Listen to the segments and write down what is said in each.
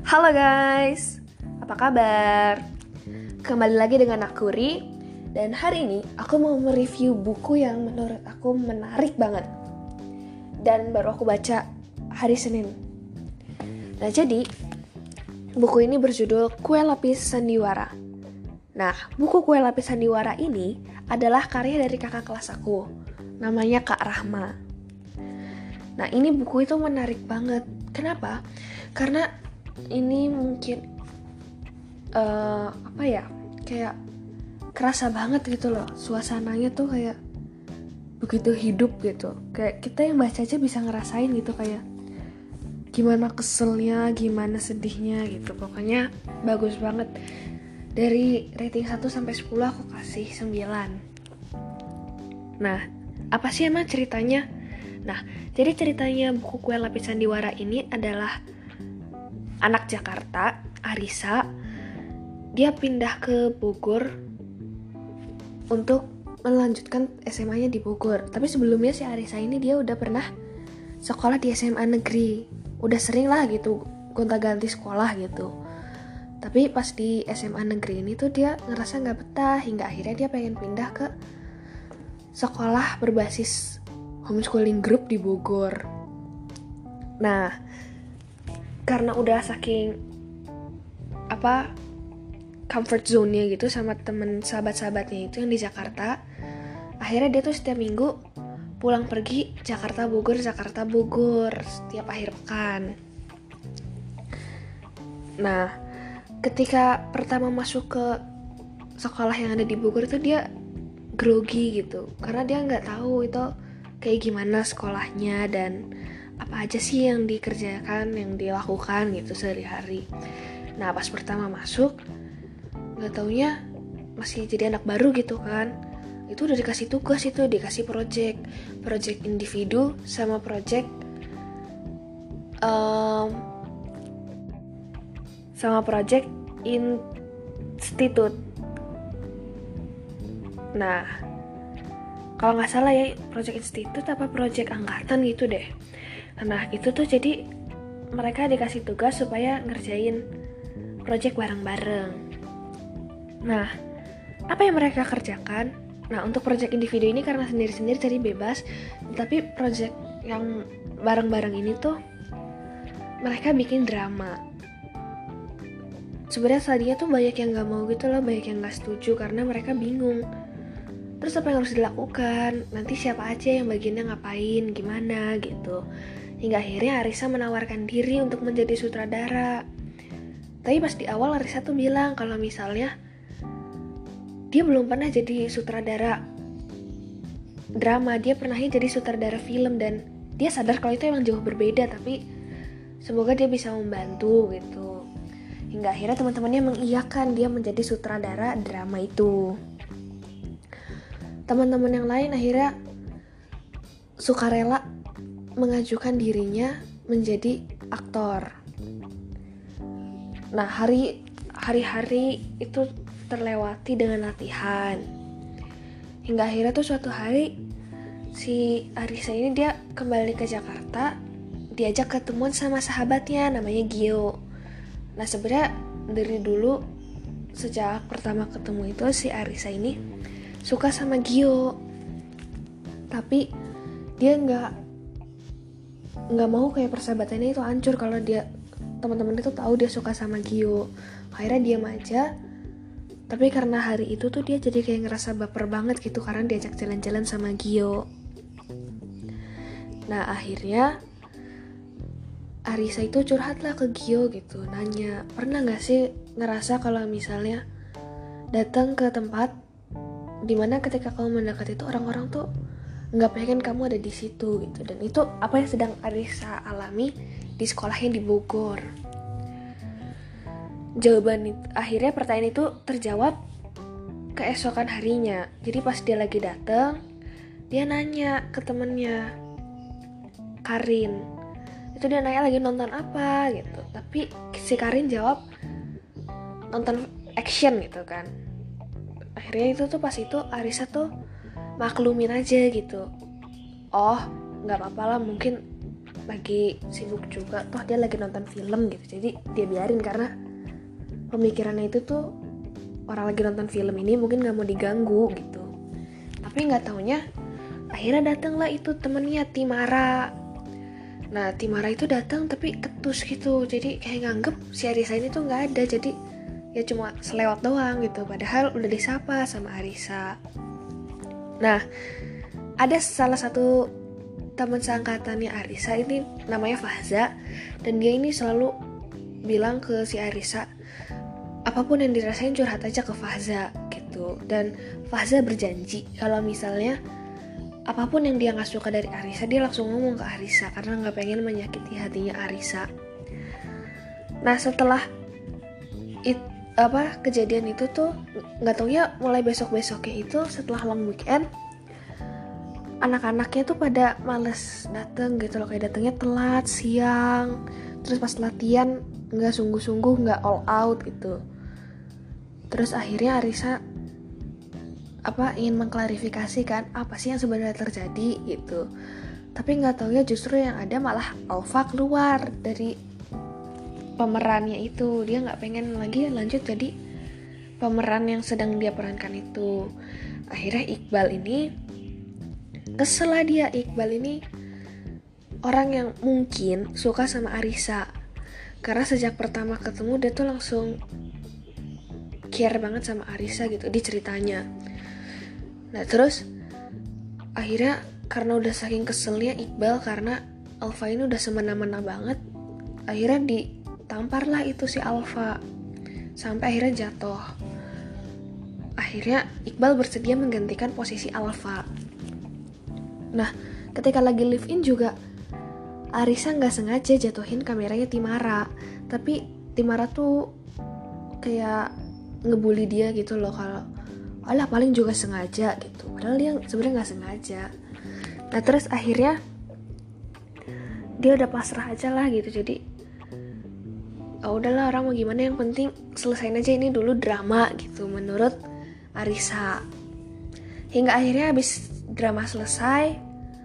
Halo guys, apa kabar? Kembali lagi dengan aku Ri. Dan hari ini aku mau mereview buku yang menurut aku menarik banget dan baru aku baca hari Senin. Nah jadi, buku ini berjudul Kue Lapis Sandiwara. Nah, buku Kue Lapis Sandiwara ini adalah karya dari kakak kelas aku, namanya Kak Rahma. Nah ini buku itu menarik banget. Kenapa? Karena ini mungkin kayak kerasa banget gitu loh, suasananya tuh kayak begitu hidup gitu, kayak kita yang baca aja bisa ngerasain gitu, kayak gimana keselnya, gimana sedihnya gitu. Pokoknya bagus banget. Dari rating 1 sampai 10 aku kasih 9. Nah, apa sih emang ceritanya? Nah, jadi ceritanya buku Kue Lapis Sandiwara ini adalah anak Jakarta, Arisa. Dia pindah ke Bogor untuk melanjutkan SMA-nya di Bogor. Tapi sebelumnya si Arisa ini dia udah pernah sekolah di SMA negeri. Udah sering lah gitu gonta-ganti sekolah gitu. Tapi pas di SMA negeri ini tuh dia ngerasa gak betah, hingga akhirnya dia pengen pindah ke sekolah berbasis homeschooling group di Bogor. Nah, karena udah saking comfort zone-nya gitu sama temen sahabat-sahabatnya itu yang di Jakarta, akhirnya dia tuh setiap minggu pulang pergi Jakarta Bogor setiap akhir pekan. Nah, ketika pertama masuk ke sekolah yang ada di Bogor itu dia grogi gitu, karena dia nggak tahu itu kayak gimana sekolahnya dan apa aja sih yang dikerjakan, yang dilakukan gitu sehari-hari. Nah pas pertama masuk, gak taunya masih jadi anak baru gitu kan. Itu udah dikasih tugas, itu dikasih project individu sama project institut. Nah kalau gak salah ya project institut apa project angkatan gitu deh. Nah itu tuh jadi mereka dikasih tugas supaya ngerjain project bareng-bareng. Nah apa yang mereka kerjakan? Nah untuk project individu ini karena sendiri-sendiri jadi bebas, tapi project yang bareng-bareng ini tuh mereka bikin drama. Sebenarnya tadinya tuh banyak yang gak mau gitu loh, banyak yang gak setuju karena mereka bingung. Terus apa yang harus dilakukan? Nanti siapa aja yang bagiannya ngapain, gimana gitu. Hingga akhirnya Arisa menawarkan diri untuk menjadi sutradara. Tapi pas di awal Arisa tuh bilang kalau misalnya dia belum pernah jadi sutradara drama, dia pernahnya jadi sutradara film, dan dia sadar kalau itu emang jauh berbeda, tapi semoga dia bisa membantu gitu. Hingga akhirnya teman-temannya mengiyakan dia menjadi sutradara drama itu. Teman-teman yang lain akhirnya sukarela mengajukan dirinya menjadi aktor. Nah, hari-hari itu terlewati dengan latihan. Hingga akhirnya tuh suatu hari si Arisa ini dia kembali ke Jakarta, diajak ketemuan sama sahabatnya namanya Gio. Nah, sebenarnya dari dulu sejak pertama ketemu itu si Arisa ini suka sama Gio, tapi dia nggak mau kayak persahabatannya itu hancur kalau dia teman-teman itu tahu dia suka sama Gio. Akhirnya diam aja. Tapi karena hari itu tuh dia jadi kayak ngerasa baper banget gitu karena diajak jalan-jalan sama Gio. Nah akhirnya Arisa itu curhat lah ke Gio gitu, nanya, pernah nggak sih ngerasa kalau misalnya datang ke tempat dimana ketika kamu mendekat itu orang-orang tuh nggak pengen kamu ada di situ gitu. Dan itu apa yang sedang Arisa alami di sekolahnya di Bogor. Akhirnya pertanyaan itu terjawab keesokan harinya. Jadi pas dia lagi datang, dia nanya ke temennya Karin, itu dia nanya lagi nonton apa gitu. Tapi si Karin jawab nonton action gitu kan. Akhirnya itu tuh pas itu Arisa tuh maklumin aja gitu. Oh, nggak apa-apa lah, mungkin lagi sibuk juga, toh dia lagi nonton film gitu, jadi dia biarin karena pemikirannya itu tuh orang lagi nonton film ini mungkin nggak mau diganggu gitu. Tapi nggak taunya akhirnya datanglah itu temennya Timara. Nah Timara itu datang tapi ketus gitu, jadi kayak nganggep si Arisa ini tuh nggak ada, jadi ya cuma selewat doang gitu, padahal udah disapa sama Arisa. Nah ada salah satu teman seangkatannya Arisa ini namanya Fahza, dan dia ini selalu bilang ke si Arisa apapun yang dirasain curhat aja ke Fahza gitu. Dan Fahza berjanji kalau misalnya apapun yang dia gak suka dari Arisa, dia langsung ngomong ke Arisa karena gak pengen menyakiti hatinya Arisa. Nah setelah kejadian itu tuh gak tau ya, mulai besok-besoknya itu setelah long weekend, anak-anaknya tuh pada males dateng gitu loh, kayak datangnya telat, siang, terus pas latihan nggak sungguh-sungguh, nggak all out gitu. Terus akhirnya Arisa ingin mengklarifikasi kan apa sih yang sebenarnya terjadi gitu, tapi nggak tahu ya justru yang ada malah Alfa keluar dari pemerannya itu. Dia nggak pengen lagi lanjut jadi pemeran yang sedang dia perankan itu. Akhirnya Iqbal ini kesel lah dia. Iqbal ini orang yang mungkin suka sama Arisa, karena sejak pertama ketemu dia tuh langsung care banget sama Arisa gitu di ceritanya. Nah terus akhirnya karena udah saking keselnya Iqbal karena Alfa ini udah semena-mena banget, akhirnya ditampar lah itu si Alfa sampai akhirnya jatuh. Akhirnya Iqbal bersedia menggantikan posisi Alfa. Nah, ketika lagi live in juga Arisa nggak sengaja jatuhin kameranya Timara, tapi Timara tuh kayak ngebully dia gitu loh, kalau alah paling juga sengaja gitu, padahal dia sebenarnya nggak sengaja. Nah terus akhirnya dia udah pasrah aja lah gitu, jadi udahlah orang mau gimana, yang penting selesain aja ini dulu drama gitu menurut Arisa. Hingga akhirnya habis drama selesai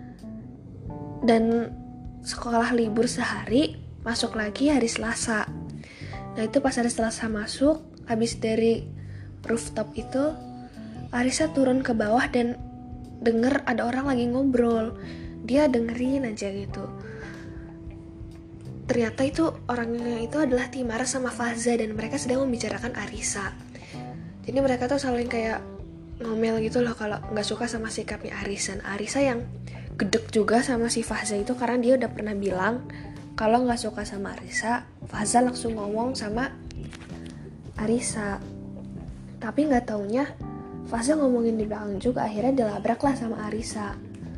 dan sekolah libur sehari, masuk lagi hari Selasa. Nah itu pas hari Selasa masuk, habis dari rooftop itu Arisa turun ke bawah dan denger ada orang lagi ngobrol. Dia dengerin aja gitu. Ternyata itu orangnya itu adalah Timara sama Fahza, dan mereka sedang membicarakan Arisa. Jadi mereka tuh saling kayak ngomel gitu loh kalau nggak suka sama sikapnya Arisa. Arisa yang gedek juga sama si Fahza itu karena dia udah pernah bilang kalau nggak suka sama Arisa, Fahza langsung ngomong sama Arisa. Tapi nggak taunya Fahza ngomongin di belakang juga, akhirnya dilabrak lah sama Arisa.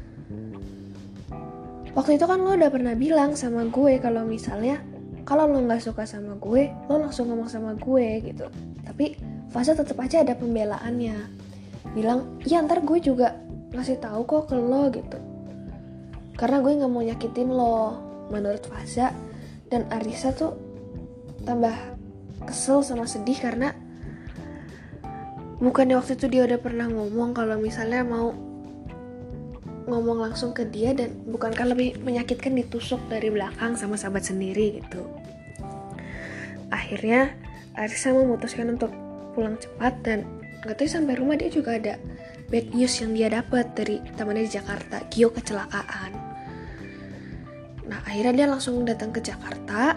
Waktu itu kan lo udah pernah bilang sama gue kalau misalnya kalau lo nggak suka sama gue, lo langsung ngomong sama gue gitu. Tapi Fahza tetap aja ada pembelaannya, bilang iya ntar gue juga ngasih tahu kok ke lo gitu, karena gue nggak mau nyakitin lo menurut Fahza. Dan Arisa tuh tambah kesel sama sedih karena bukannya waktu itu dia udah pernah ngomong kalau misalnya mau ngomong langsung ke dia, dan bukankah lebih menyakitkan ditusuk dari belakang sama sahabat sendiri gitu. Akhirnya Arisa memutuskan untuk pulang cepat, dan gak tahu sampai rumah dia juga ada bad news yang dia dapat dari temannya di Jakarta, Gio kecelakaan. Nah akhirnya dia langsung datang ke Jakarta,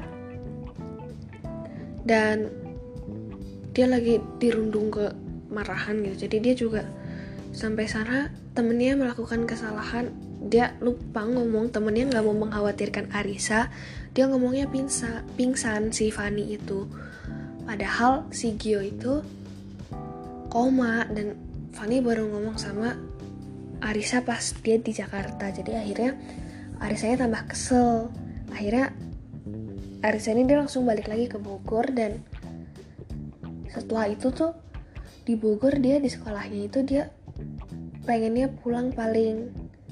dan dia lagi dirundung kemarahan gitu. Jadi dia juga sampai sana temennya melakukan kesalahan, dia lupa ngomong, temennya nggak mau mengkhawatirkan Arisa, dia ngomongnya pingsan si Fani itu, padahal si Gio itu koma, dan Fani baru ngomong sama Arisa pas dia di Jakarta. Jadi akhirnya Arisanya tambah kesel. Akhirnya Arisa ini dia langsung balik lagi ke Bogor, dan setelah itu tuh di Bogor dia di sekolahnya itu dia pengennya pulang paling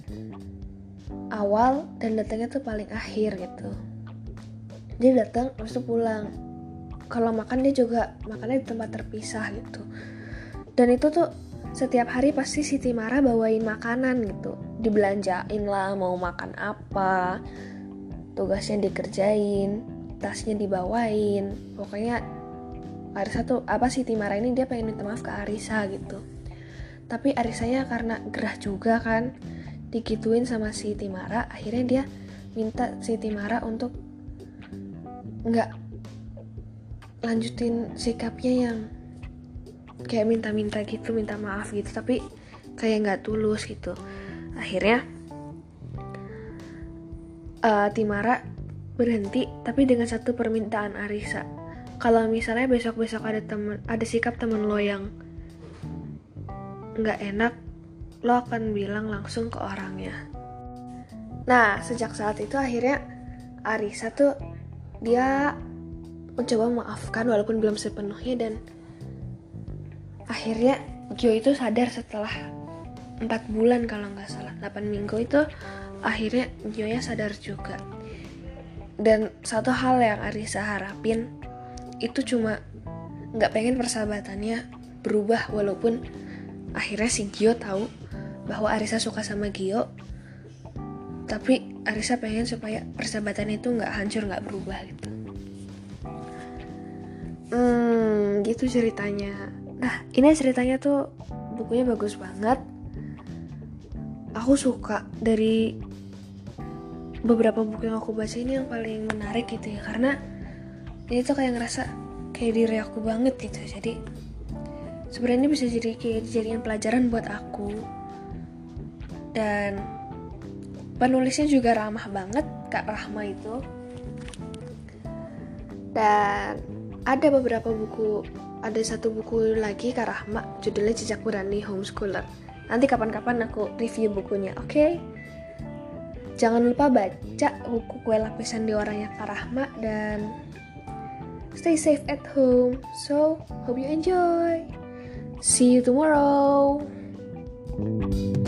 awal dan datangnya tuh paling akhir gitu. Dia datang habis itu pulang. Kalau makan dia juga makannya di tempat terpisah gitu. Dan itu tuh setiap hari pasti si Timara bawain makanan gitu, dibelanjain lah mau makan apa. tugasnya dikerjain, tasnya dibawain. Pokoknya Arisa tuh si Timara ini dia pengen minta maaf ke Arisa gitu. Tapi Arisanya karena gerah juga kan, digituin sama si Timara, akhirnya dia minta si Timara untuk nggak lanjutin sikapnya yang kayak minta-minta gitu, minta maaf gitu, tapi kayak nggak tulus gitu. Akhirnya Timara berhenti, tapi dengan satu permintaan Arisa. Kalau misalnya besok-besok ada sikap temen lo yang nggak enak, lo akan bilang langsung ke orangnya. Nah, sejak saat itu akhirnya Arisa tuh dia mencoba memaafkan walaupun belum sepenuhnya, dan akhirnya Gio itu sadar setelah 4 bulan kalau nggak salah, 8 minggu itu akhirnya Gio-nya sadar juga. Dan satu hal yang Arisa harapin itu cuma nggak pengen persahabatannya berubah, walaupun akhirnya si Gio tahu bahwa Arisa suka sama Gio, tapi Arisa pengen supaya persahabatan itu nggak hancur, nggak berubah gitu. Gitu ceritanya. Nah, ini ceritanya tuh bukunya bagus banget. Aku suka dari beberapa buku yang aku baca ini yang paling menarik gitu ya, karena ini tuh kayak ngerasa kayak diri aku banget gitu. Jadi sebenarnya bisa jadi kayak dijadikan pelajaran buat aku. Dan penulisnya juga ramah banget, Kak Rahma itu. Dan ada beberapa buku, ada satu buku lagi Kak Rahma, judulnya Jejak Berani Homeschooler. Nanti kapan-kapan aku review bukunya, oke? Jangan lupa baca buku Kue Lapisan di Warnanya Kak Rahma, dan stay safe at home. So, hope you enjoy. See you tomorrow.